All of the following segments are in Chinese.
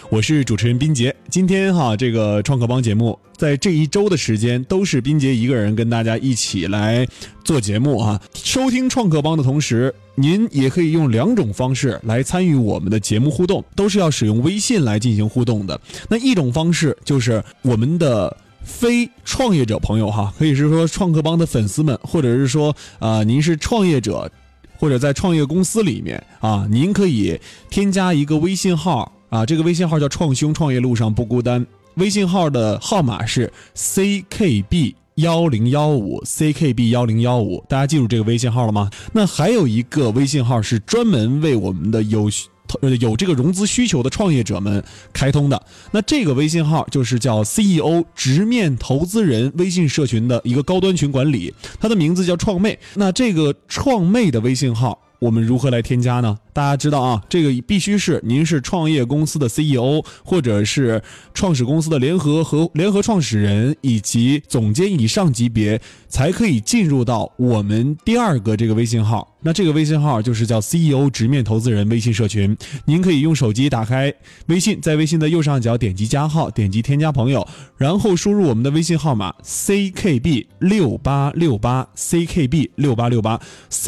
我是主持人斌杰。今天这个创客帮节目在这一周的时间都是斌杰一个人跟大家一起来做节目收听创客帮的同时，您也可以用2种方式来参与我们的节目互动，都是要使用微信来进行互动的。那一种方式就是我们的非创业者朋友可以是说创客帮的粉丝们，或者是说您是创业者或者在创业公司里面您可以添加一个微信号这个微信号叫创兄，创业路上不孤单。微信号的号码是 CKB1015 CKB1015， 大家记住这个微信号了吗？那还有一个微信号是专门为我们的有这个融资需求的创业者们开通的，那这个微信号就是叫 CEO 直面投资人微信社群的一个高端群管理，它的名字叫创魅。那这个创魅的微信号我们如何来添加呢？大家知道这个必须是您是创业公司的 CEO 或者是创始公司的联合创始人以及总监以上级别才可以进入到我们第2个这个微信号。那这个微信号就是叫 CEO 直面投资人微信社群。您可以用手机打开微信，在微信的右上角点击加号，点击添加朋友，然后输入我们的微信号码 CKB6868 CKB6868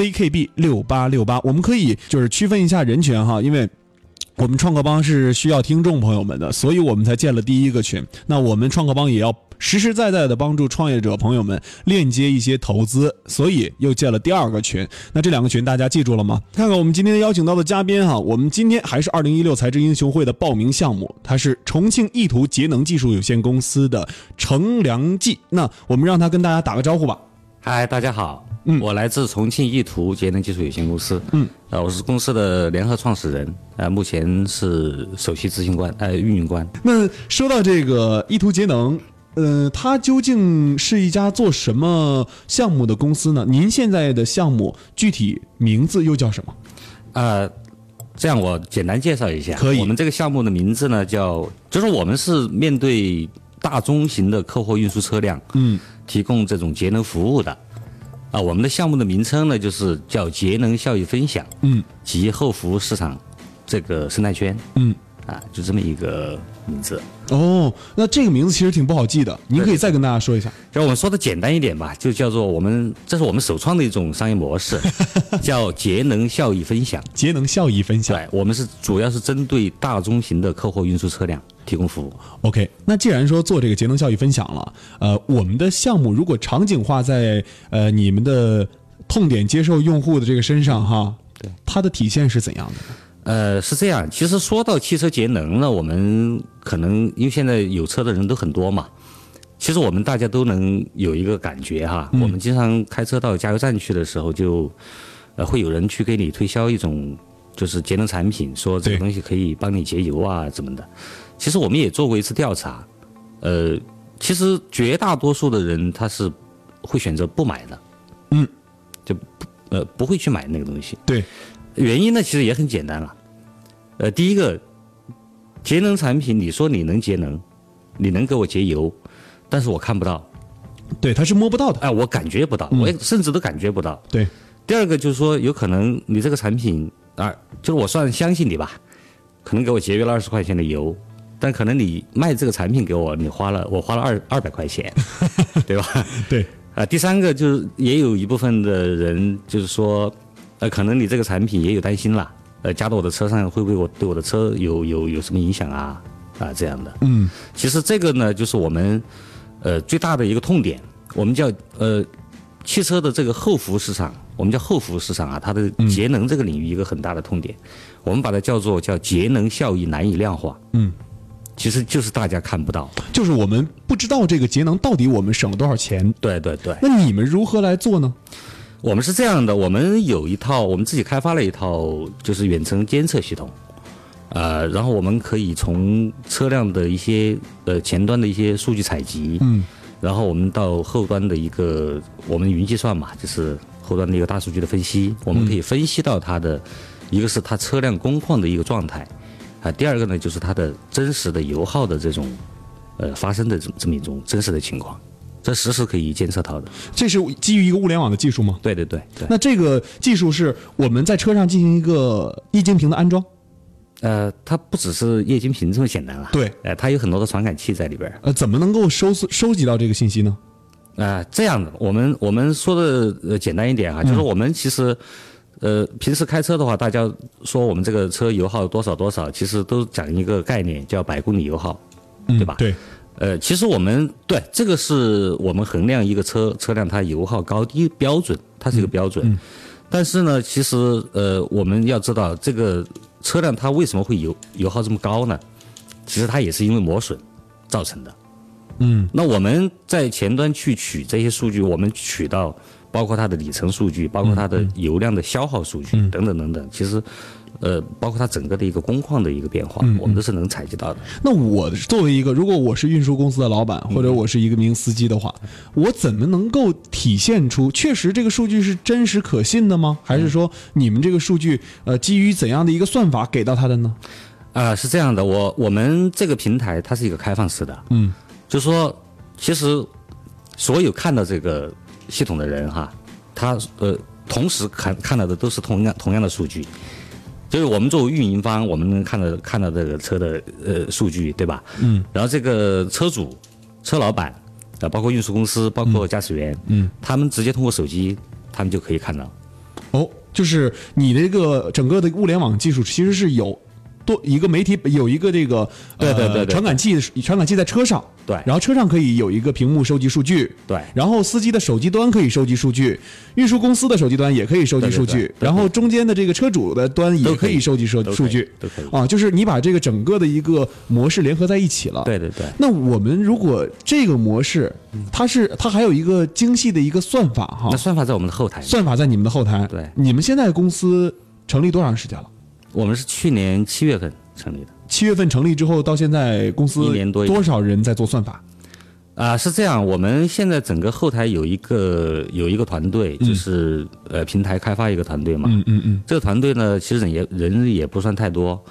CKB6868。我们可以就是区分一下人群因为我们创客帮是需要听众朋友们的，所以我们才建了第1个群。那我们创客帮也要实实在在的帮助创业者朋友们链接一些投资，所以又建了第2个群。那这2个群大家记住了吗？看看我们今天邀请到的嘉宾我们今天还是2016财智英雄会的报名项目，它是重庆意图节能技术有限公司的程良记。那我们让他跟大家打个招呼吧。 嗨，大家好，我来自重庆意图节能技术有限公司，我是公司的联合创始人，目前是首席执行官，运营官。 那说到这个意图节能，它究竟是一家做什么项目的公司呢？您现在的项目具体名字又叫什么？ 这样我简单介绍一下。 可以。 我们这个项目的名字呢就是我们是面对大中型的客货运输车辆，提供这种节能服务的。我们的项目的名称呢就是叫节能效益分享，及后服务市场这个生态圈，就这么一个名字。 那这个名字其实挺不好记的，您可以再跟大家说一下。 就我们说的简单一点吧，就叫做这是我们首创的一种商业模式，叫节能效益分享。 节能效益分享。 对，我们主要是针对大中型的客货运输车辆提供服务。 OK， 那既然说做这个节能效益分享了，我们的项目如果场景化在你们的痛点接受用户的这个身上对，它的体现是怎样的？ 是这样，其实说到汽车节能呢，我们可能因为现在有车的人都很多嘛，其实我们大家都能有一个感觉我们经常开车到加油站去的时候就会有人去给你推销一种就是节能产品，说这个东西可以帮你节油怎么的。其实我们也做过一次调查，其实绝大多数的人他是会选择不买的，就不会去买那个东西。 对， 原因呢其实也很简单了。第一个，节能产品你说你能节能，你能给我节油，但是我看不到。 对，它是摸不到的。 我感觉不到，我甚至都感觉不到。 对。 第二个就是说，有可能你这个产品就是我算相信你吧，可能给我节约了20块钱的油，但可能你卖这个产品给我，我花了200块钱，对吧？ 对。 第三个就是也有一部分的人就是说，可能你这个产品也有担心了。加到我的车上会不会对我的车有什么影响这样的。其实这个呢就是我们最大的一个痛点，我们叫汽车的这个后服务市场，我们叫后服务市场它的节能这个领域一个很大的痛点，我们把它叫节能效益难以量化。其实就是大家看不到， 就是我们不知道这个节能到底我们省了多少钱。 对对对。 那你们如何来做呢？ 我们是这样的，我们自己开发了一套就是远程监测系统，然后我们可以从车辆的一些前端的一些数据采集，然后我们到后端的一个我们云计算嘛，就是后端的一个大数据的分析，我们可以分析到它的一个是它车辆工况的一个状态，第二个呢就是它的真实的油耗的这种发生的这么一种真实的情况。这实时可以监测到的。 这是基于一个物联网的技术吗？ 对对对。 那这个技术是我们在车上进行一个液晶屏的安装？ 它不只是液晶屏这么简单了， 对， 它有很多的传感器在里边。 怎么能够收集到这个信息呢？ 这样的，我们说的简单一点啊，就是我们其实平时开车的话，大家说我们这个车油耗多少多少，其实都讲一个概念叫百公里油耗，对吧？ 对。 其实我们对这个是我们衡量一个车辆它油耗高低标准，它是一个标准。但是呢，其实我们要知道这个车辆它为什么会油耗这么高呢？其实它也是因为磨损造成的。那我们在前端去取这些数据，我们取到包括它的里程数据，包括它的油量的消耗数据等等等等，其实包括它整个的一个工况的一个变化，我们都是能采集到的。 那我作为一个，如果我是运输公司的老板，或者我是一个名司机的话，我怎么能够体现出确实这个数据是真实可信的吗？还是说你们这个数据基于怎样的一个算法给到他的呢？ 是这样的，我们这个平台它是一个开放式的，就是说其实所有看到这个系统的人哈，他同时看到的都是同样的数据。就是我们作为运营方，我们能看到这个车的数据，对吧？然后这个车主、车老板包括运输公司、包括驾驶员，他们直接通过手机，他们就可以看到。 就是你的这个整个的物联网技术其实是有一个媒体有一个这个对传感器在车上， 对， 然后车上可以有一个屏幕收集数据， 对， 然后司机的手机端可以收集数据，运输公司的手机端也可以收集数据， 对， 然后中间的这个车主的端也可以收集数据， 都可以啊，就是你把这个整个的一个模式联合在一起了。 对。 那我们如果这个模式，它还有一个精细的一个算法哈， 那算法在我们的后台， 算法在你们的后台。 对， 你们现在公司成立多长时间了？ 我们是去年7月份成立的。 7月份成立之后到现在，公司 1年多多少人在做算法？ 是这样，我们现在整个后台有一个团队，就是平台开发一个团队嘛。这个团队呢，其实人也不算太多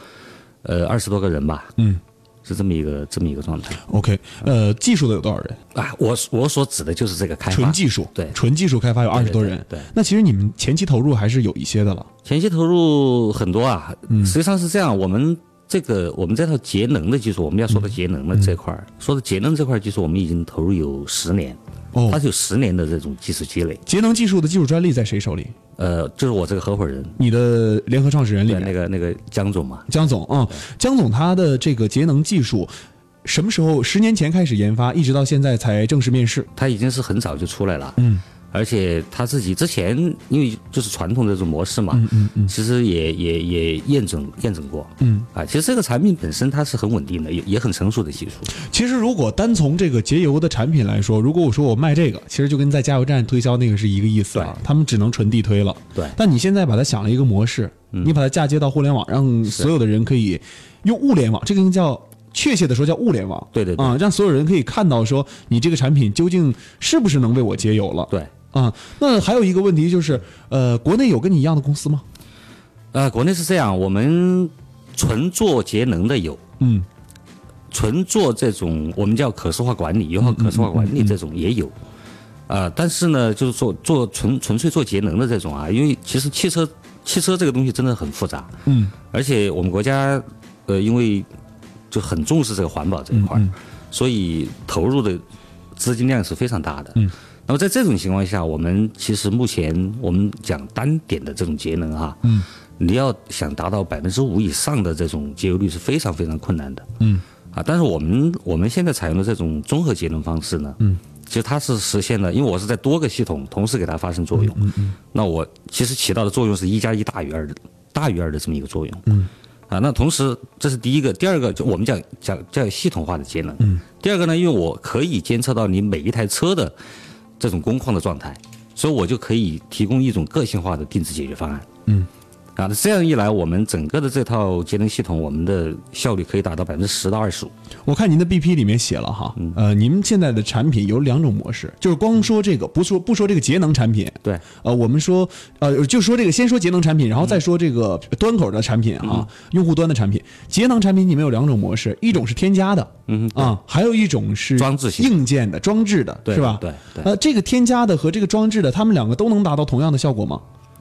，20多个人吧。是这么一个状态。 OK， 技术的有多少人？ 我所指的就是这个开发纯技术， 对， 纯技术开发有20多人。 对， 那其实你们前期投入还是有一些的了。 前期投入很多啊，实际上是这样，我们这套节能的技术，我们要说的节能的这块说的节能这块技术，我们已经投入有10年。它是有10年的这种技术积累。 节能技术的技术专利在谁手里？ 就是我这个合伙人， 你的联合创始人里面那个江总嘛。 江总啊，江总他的这个节能技术什么时候10年前开始研发，一直到现在才正式面世？ 他已经是很早就出来了。而且他自己之前因为就是传统的这种模式嘛，其实也验证过。其实这个产品本身它是很稳定的，也很成熟的技术。 其实如果单从这个节油的产品来说，如果我说我卖这个，其实就跟在加油站推销那个是一个意思啊，他们只能纯地推了。 对。 但你现在把它想了一个模式，你把它嫁接到互联网，让所有的人可以用物联网，这个叫确切的说叫物联网。 对让所有人可以看到说你这个产品究竟是不是能为我节油了。 对。 那还有一个问题就是，国内有跟你一样的公司吗？ 国内是这样，我们纯做节能的有，纯做这种我们叫可视化管理、油耗可视化管理这种也有，但是呢，就是做纯粹做节能的这种因为其实汽车这个东西真的很复杂，而且我们国家因为就很重视这个环保这一块，所以投入的资金量是非常大的。那么在这种情况下，我们其实目前我们讲单点的这种节能你要想达到5%以上的这种节油率是非常非常困难的。但是我们现在采用的这种综合节能方式呢，其实它是实现了，因为我是在多个系统同时给它发生作用，那我其实起到的作用是1+1大于2的这么一个作用。那同时这是第一个，第二个就我们讲叫系统化的节能。第二个呢，因为我可以监测到你每一台车的这种工况的状态，所以我就可以提供一种个性化的定制解决方案。这样一来，我们整个的这套节能系统，我们的效率可以达到10%到25%。 我看您的 BP 里面写了哈，您们现在的产品有2种模式，就是光说这个，不说这个节能产品。 对， 我们说就说这个，先说节能产品，然后再说这个端口的产品用户端的产品。节能产品你们有2种模式，一种是添加的，还有一种是装置型硬件的装置的，是吧？ 对。 这个添加的和这个装置的，他们2个都能达到同样的效果吗？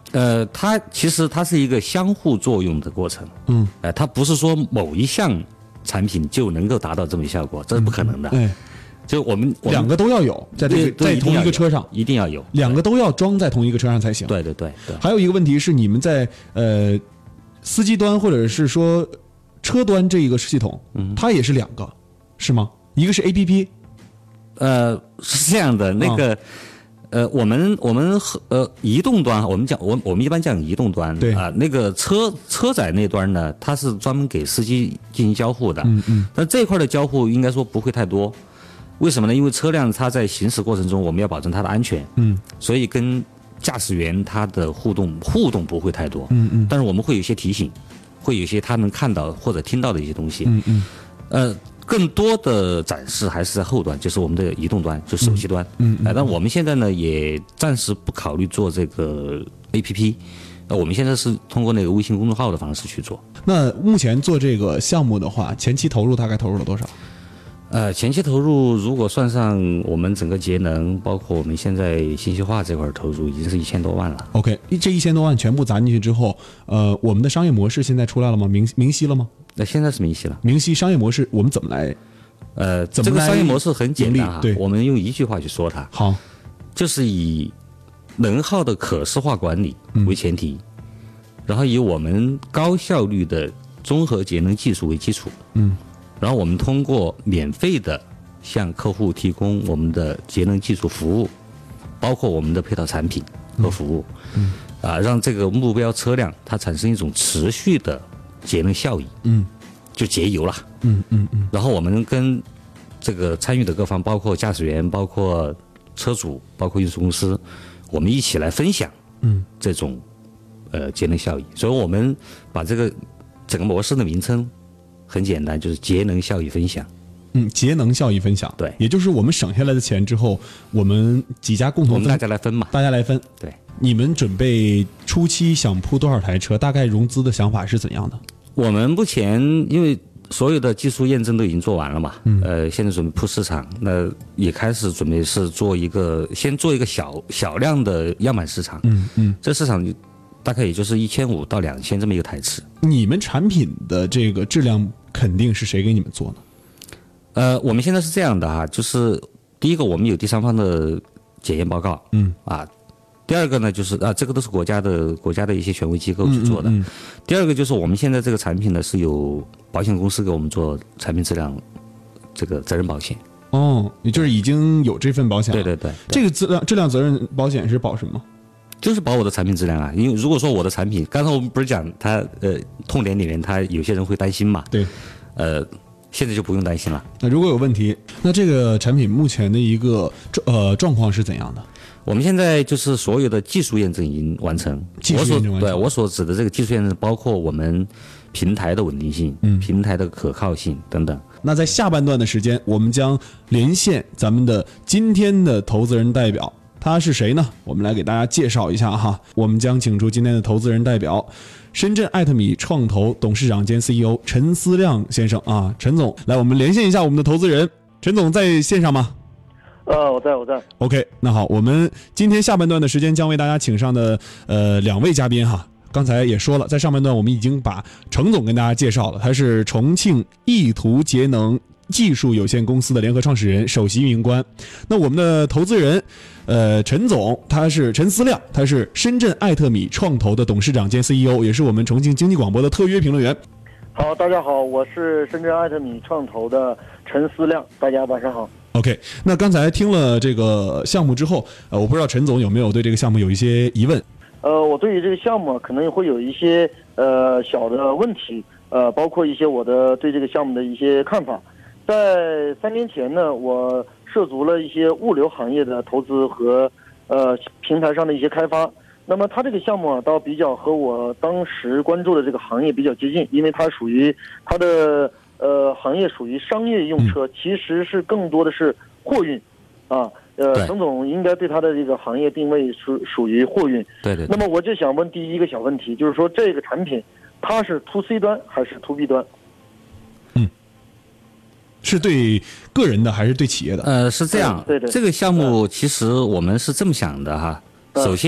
它其实它是一个相互作用的过程。它不是说某一项产品就能够达到这么效果，这是不可能的。就我们两个都要有，在同一个车上一定要有， 两个都要装在同一个车上才行。 对。 还有一个问题是，你们在司机端或者是说车端这一个系统，它也是两个，是吗？一个是 APP。 是这样的，那个。我们移动端，我们一般讲移动端， 对那个车载那端呢，它是专门给司机进行交互的，但这块的交互应该说不会太多，为什么呢？因为车辆它在行驶过程中，我们要保证它的安全，所以跟驾驶员他的互动不会太多，但是我们会有一些提醒，会有一些他能看到或者听到的一些东西，更多的展示还是在后端，就是我们的移动端，就手机端。但我们现在呢也暂时不考虑做这个 APP，我们现在是通过那个微信公众号的方式去做。 那目前做这个项目的话，前期投入大概投入了多少？ 前期投入如果算上我们整个节能，包括我们现在信息化这块投入，已经是1000多万了。 OK， 这1000多万全部砸进去之后，我们的商业模式现在出来了吗？明晰了吗？ 那现在是明晰了。 明晰商业模式我们怎么来？ 这个商业模式很简单啊， 对， 我们用一句话去说它， 好， 就是以能耗的可视化管理为前提，然后以我们高效率的综合节能技术为基础，然后我们通过免费的向客户提供我们的节能技术服务，包括我们的配套产品和服务，让这个目标车辆它产生一种持续的节能效益，就节油了，然后我们跟这个参与的各方，包括驾驶员，包括车主，包括运输公司，我们一起来分享，这种节能效益。所以我们把这个整个模式的名称很简单，就是节能效益分享。 节能效益分享， 对， 也就是我们省下来的钱之后，我们几家共同分， 我们大家来分嘛， 大家来分。 对，你们准备初期想铺多少台车？大概融资的想法是怎样的？ 我们目前因为所有的技术验证都已经做完了嘛，现在准备铺市场，那也开始准备是先做一个小量的样板市场，这市场大概也就是1500到2000这么一个台次。 你们产品的这个质量肯定是谁给你们做呢？ 我们现在是这样的哈，就是第一个我们有第三方的检验报告，第二个呢就是这个都是国家的一些权威机构去做的。第二个就是我们现在这个产品呢是有保险公司给我们做产品质量这个责任保险。 也就是已经有这份保险了。 对。 这个质量责任保险是保什么？ 就是保我的产品质量啊。因为如果说我的产品，刚才我们不是讲它痛点里面，它有些人会担心嘛。 对。 现在就不用担心了。 那如果有问题，那这个产品目前的一个状况是怎样的？ 我们现在就是所有的技术验证已经完成。我所指的这个技术验证，包括我们平台的稳定性、平台的可靠性等等。 那在下半段的时间，我们将连线咱们的今天的投资人代表，他是谁呢？我们来给大家介绍一下哈。我们将请出今天的投资人代表，深圳艾特米创投董事长兼 CEO 陈思亮先生啊，陈总，来，我们连线一下我们的投资人。陈总在线上吗？ 我在。 OK， 那好，我们今天下半段的时间将为大家请上的2位嘉宾哈。刚才也说了，在上半段我们已经把程总跟大家介绍了，他是重庆意图节能技术有限公司的联合创始人、首席运营官。那我们的投资人陈总，他是陈思亮，他是深圳艾特米创投的董事长兼 CEO， 也是我们重庆经济广播的特约评论员。 好，大家好，我是深圳艾特米创投的陈思亮，大家晚上好。 OK， 那刚才听了这个项目之后，我不知道陈总有没有对这个项目有一些疑问？ 我对于这个项目可能会有一些小的问题，包括一些我的对这个项目的一些看法。在3年前呢，我涉足了一些物流行业的投资和平台上的一些开发。那么它这个项目倒比较和我当时关注的这个行业比较接近，因为它的行业属于商业用车，其实是更多的是货运啊。陈总应该对他的这个行业定位属于货运。 对。 那么我就想问第一个小问题，就是说这个产品它是 to C 端还是 to B 端？ 是对个人的还是对企业的？ 是这样。 对。 这个项目其实我们是这么想的哈。首先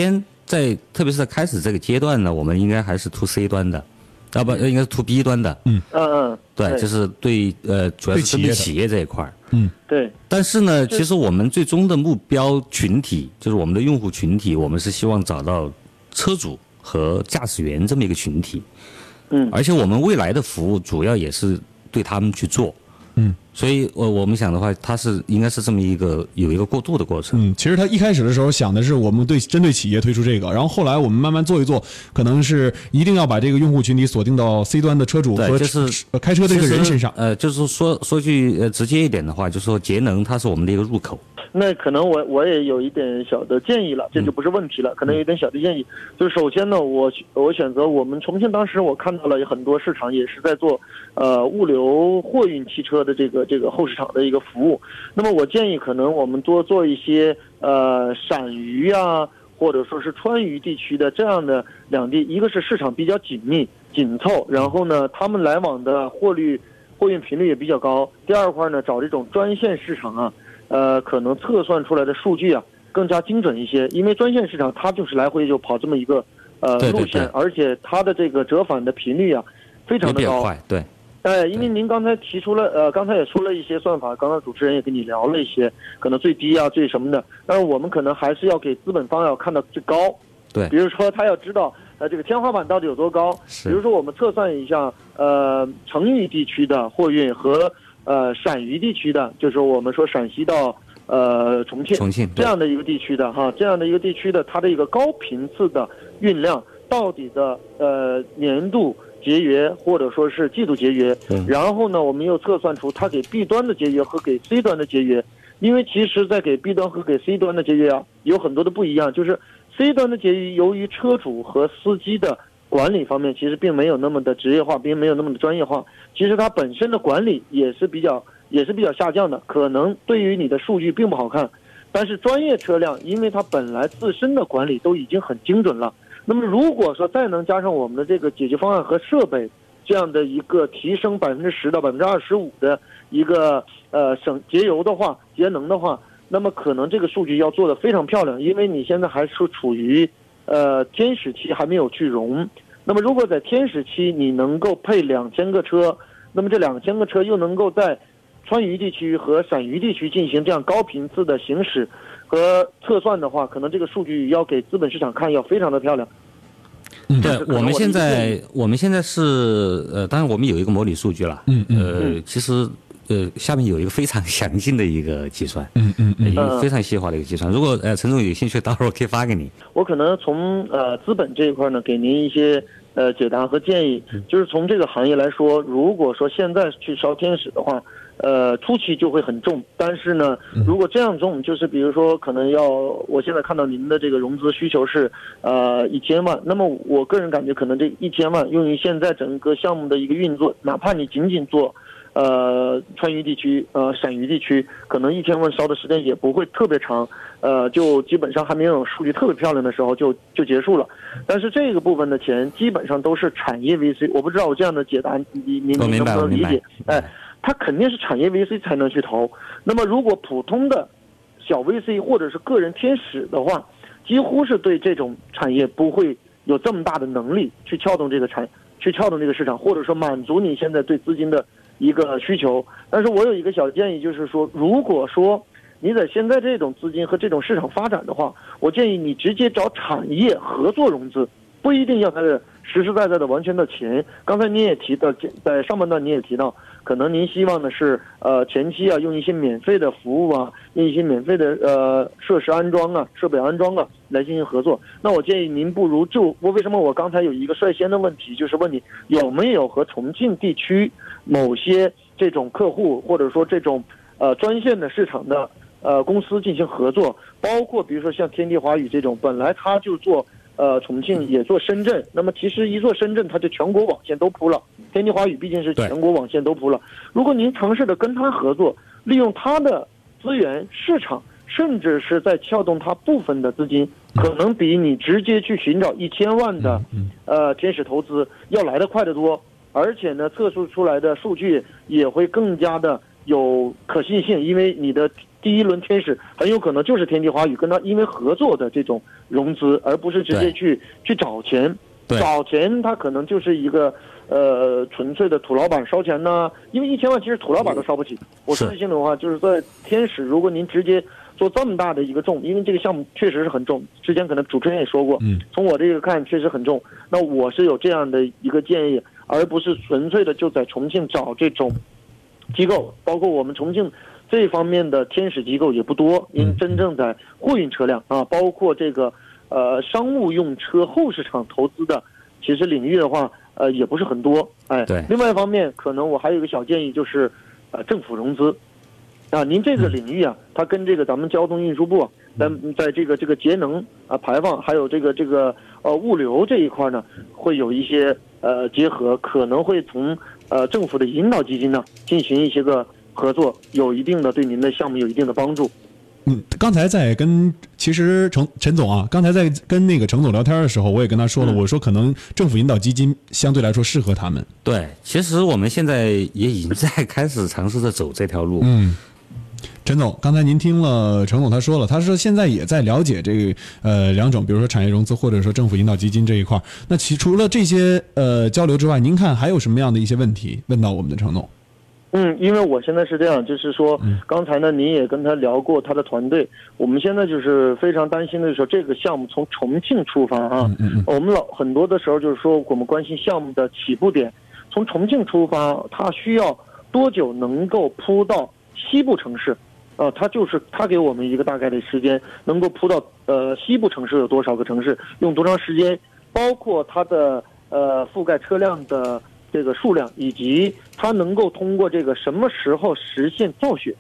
特别是在开始这个阶段呢，我们应该还是 to C 端的，不应该是 to B 端的。对，就是主要是针对企业这一块。 对。 但是呢，其实我们最终的目标群体，就是我们的用户群体，我们是希望找到车主和驾驶员这么一个群体。而且我们未来的服务主要也是对他们去做。所以我们想的话，它应该是这么有一个过渡的过程。 其实他一开始的时候想的是我们针对企业推出这个，然后后来我们慢慢做一做，可能是一定要把这个用户群体锁定到 C 端的车主和开车的这个人身上。 就是说句直接一点的话，就是说节能它是我们的一个入口。 那可能我也有一点小的建议了，这就不是问题了，可能有一点小的建议。就是首先呢，我选择我们重庆，当时我看到了很多市场也是在做物流货运汽车的这个后市场的一个服务。那么我建议可能我们多做一些陕渝啊，或者说是川渝地区的这样的两地，一个是市场比较紧凑，然后呢他们来往的货运频率也比较高。第二块呢，找这种专线市场啊。可能测算出来的数据啊更加精准一些，因为专线市场它就是来回就跑这么一个路线，而且它的这个折返的频率啊非常的高。 快，对。 因为您刚才提出了刚才也说了一些算法，刚才主持人也跟你聊了一些，可能最低啊最什么的，但是我们可能还是要给资本方要看到最高。 对， 比如说他要知道这个天花板到底有多高。比如说我们测算一下成渝地区的货运和陕渝地区的，就是我们说陕西到重庆这样的一个地区的它的一个高频次的运量到底的年度节约或者说是季度节约。然后呢，我们又测算出它给 B 端的节约和给 C 端的节约。因为其实在给 B 端和给 C 端的节约啊有很多的不一样，就是 C 端的节约由于车主和司机的管理方面其实并没有那么的职业化，并没有那么的专业化，其实它本身的管理也是比较下降的，可能对于你的数据并不好看。但是专业车辆因为它本来自身的管理都已经很精准了，那么如果说再能加上我们的这个解决方案和设备这样的一个提升10%到25%的一个节油的话，节能的话，那么可能这个数据要做得非常漂亮，因为你现在还是处于天使期还没有去融。那么如果在天使期你能够配2000个车，那么这2000个车又能够在川渝地区和陕渝地区进行这样高频次的行驶和测算的话，可能这个数据要给资本市场看要非常的漂亮。 对，我们现在是当然我们有一个模拟数据了。其实下面有一个非常详尽的一个计算，一个非常细化的一个计算。如果陈总有兴趣，到时候可以发给你。 我可能从资本这一块呢，给您一些解答和建议。就是从这个行业来说，如果说现在去烧天使的话，初期就会很重。但是呢，如果这样重，就是比如说可能我现在看到您的这个融资需求是1000万，那么我个人感觉可能这1000万用于现在整个项目的一个运作，哪怕你仅仅做川渝地区陕渝地区，可能1000万烧的时间也不会特别长，就基本上还没有数据特别漂亮的时候就结束了。但是这个部分的钱基本上都是产业 VC， 我不知道我这样的解答您能不能理解？它肯定是产业 VC 才能去投。那么如果普通的小 VC 或者是个人天使的话，几乎是对这种产业不会有这么大的能力去撬动这个市场，或者说满足你现在对资金的一个需求。但是我有一个小建议，就是说如果说你在现在这种资金和这种市场发展的话，我建议你直接找产业合作融资，不一定要它的实实在在的完全的钱。刚才您也提到，在上半段您也提到，可能您希望的是前期啊用一些免费的服务啊，用一些免费的设施安装啊、设备安装啊来进行合作。那我建议您不如为什么我刚才有一个率先的问题，就是问你有没有和重庆地区某些这种客户或者说这种专线的市场的公司进行合作，包括比如说像天地华语这种，本来他就做重庆也做深圳，那么其实一做深圳它就全国网线都铺了，天地华语毕竟是全国网线都铺了。如果您尝试的跟他合作，利用他的资源市场，甚至是在撬动他部分的资金，可能比你直接去寻找1000万的天使投资要来得快得多。而且呢，测试出来的数据也会更加的有可信性，因为你的第一轮天使很有可能就是天地华语跟他因为合作的这种融资，而不是直接去找钱。找钱他可能就是一个纯粹的土老板烧钱呢，因为1000万其实土老板都烧不起。我说句心里话，就是在天使，如果您直接做这么大的一个重，因为这个项目确实是很重，之前可能主持人也说过，从我这个看确实很重。那我是有这样的一个建议，而不是纯粹的就在重庆找这种机构，包括我们重庆这方面的天使机构也不多，因为真正在货运车辆啊，包括这个商务用车后市场投资的，其实领域的话，也不是很多。 对。 另外一方面，可能我还有一个小建议，就是政府融资。您这个领域啊，它跟这个咱们交通运输部在这个节能排放，还有这个物流这一块呢，会有一些结合，可能会从政府的引导基金呢进行一些个合作，有一定的对您的项目有一定的帮助。 刚才在跟其实陈总啊，刚才在跟那个程总聊天的时候，我也跟他说了，我说可能政府引导基金相对来说适合他们。 对，其实我们现在也已经在开始尝试着走这条路。 陈总，刚才您听了程总他说了，他说现在也在了解这个两种，比如说产业融资或者说政府引导基金这一块。那除了这些交流之外，您看还有什么样的一些问题问到我们的程总？ 因为我现在是这样，就是说，刚才呢，您也跟他聊过他的团队，我们现在就是非常担心的时候，这个项目从重庆出发啊，我们很多的时候就是说，我们关心项目的起步点，从重庆出发，它需要多久能够铺到西部城市？他给我们一个大概的时间，能够铺到西部城市有多少个城市，用多长时间，包括它的覆盖车辆的这个数量，以及它能够通过这个什么时候实现造血。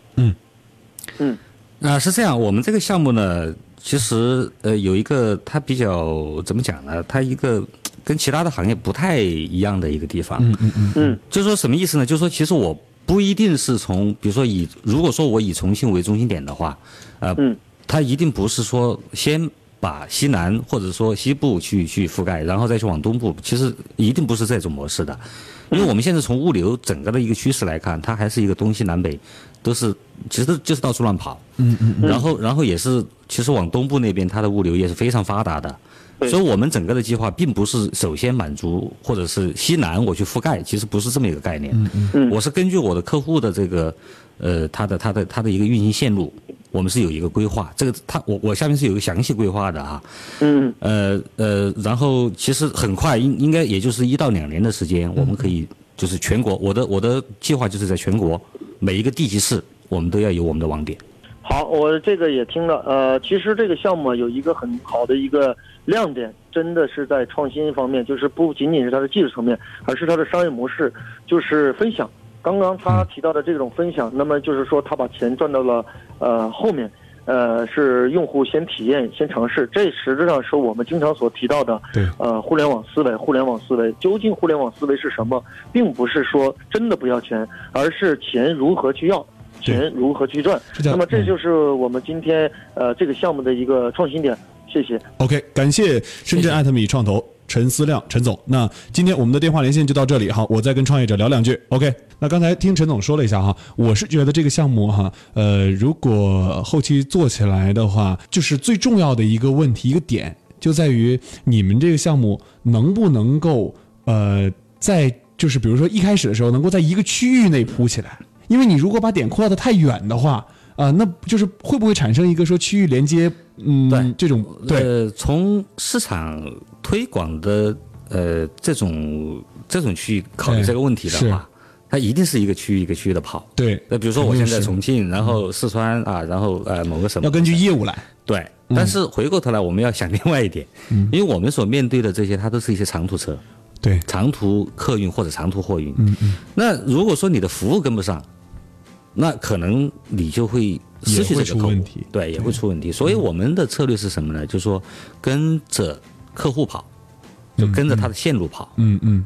是这样，我们这个项目呢，其实有一个它比较怎么讲呢？它一个跟其他的行业不太一样的一个地方。就是说什么意思呢？就是说其实我不一定是从，比如说如果说我以重庆为中心点的话，它一定不是说先把西南或者说西部去覆盖，然后再去往东部，其实一定不是这种模式的。因为我们现在从物流整个的一个趋势来看，它还是一个东西南北都是，其实就是到处乱跑。然后也是，其实往东部那边它的物流也是非常发达的。所以我们整个的计划并不是首先满足或者是西南我去覆盖，其实不是这么一个概念。我是根据我的客户的这个他的一个运行线路，我们是有一个规划，这个我下面是有一个详细规划的啊。然后其实很快应该也就是1到2年的时间，我们可以就是全国，我的计划就是在全国每一个地级市，我们都要有我们的网点。 好，我这个也听了。其实这个项目有一个很好的一个亮点，真的是在创新方面，就是不仅仅是它的技术层面，而是它的商业模式，就是分享。刚刚他提到的这种分享，那么就是说他把钱赚到了后面，是用户先体验、先尝试，这实质上是我们经常所提到的，互联网思维。互联网思维究竟互联网思维是什么？并不是说真的不要钱，而是钱如何去要。钱如何去赚？那么这就是我们今天这个项目的一个创新点。谢谢。 OK， 感谢深圳艾特米创投陈思亮陈总。那今天我们的电话连线就到这里哈，我再跟创业者聊2句。OK， 那刚才听陈总说了一下哈，我是觉得这个项目哈，如果后期做起来的话，就是最重要的一个问题一个点就在于你们这个项目能不能够在就是比如说一开始的时候能够在一个区域内铺起来。因为你如果把点扩得太远的话，那就是会不会产生一个说区域连接， 对这种对， 从市场推广的这种区域考虑这个问题的话，它一定是一个区域一个区域的跑。 对， 比如说我现在重庆，然后四川啊，然后某个省要根据业务来。 对，但是回过头来我们要想另外一点，因为我们所面对的这些，它都是一些长途车。 对， 长途客运或者长途货运。那如果说你的服务跟不上，那可能你就会失去这个客户，对，也会出问题。所以我们的策略是什么呢？就是说跟着客户跑，就跟着他的线路跑。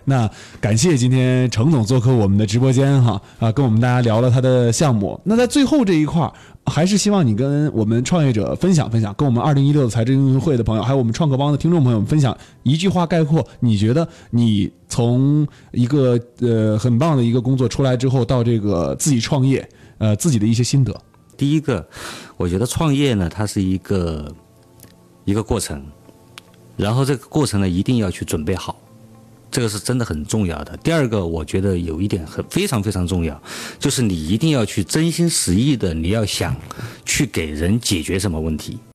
那感谢今天程总做客我们的直播间哈，跟我们大家聊了他的项目。那在最后这一块，还是希望你跟我们创业者分享分享，跟我们2016的财政会的朋友，还有我们创客帮的听众朋友们分享一句话概括，你觉得你从一个很棒的一个工作出来之后，到这个自己创业，自己的一些心得。 第一个，我觉得创业呢，它是一个过程，然后这个过程呢，一定要去准备好，这个是真的很重要的。第二个，我觉得有一点非常非常重要，就是你一定要去真心实意的，你要想去给人解决什么问题。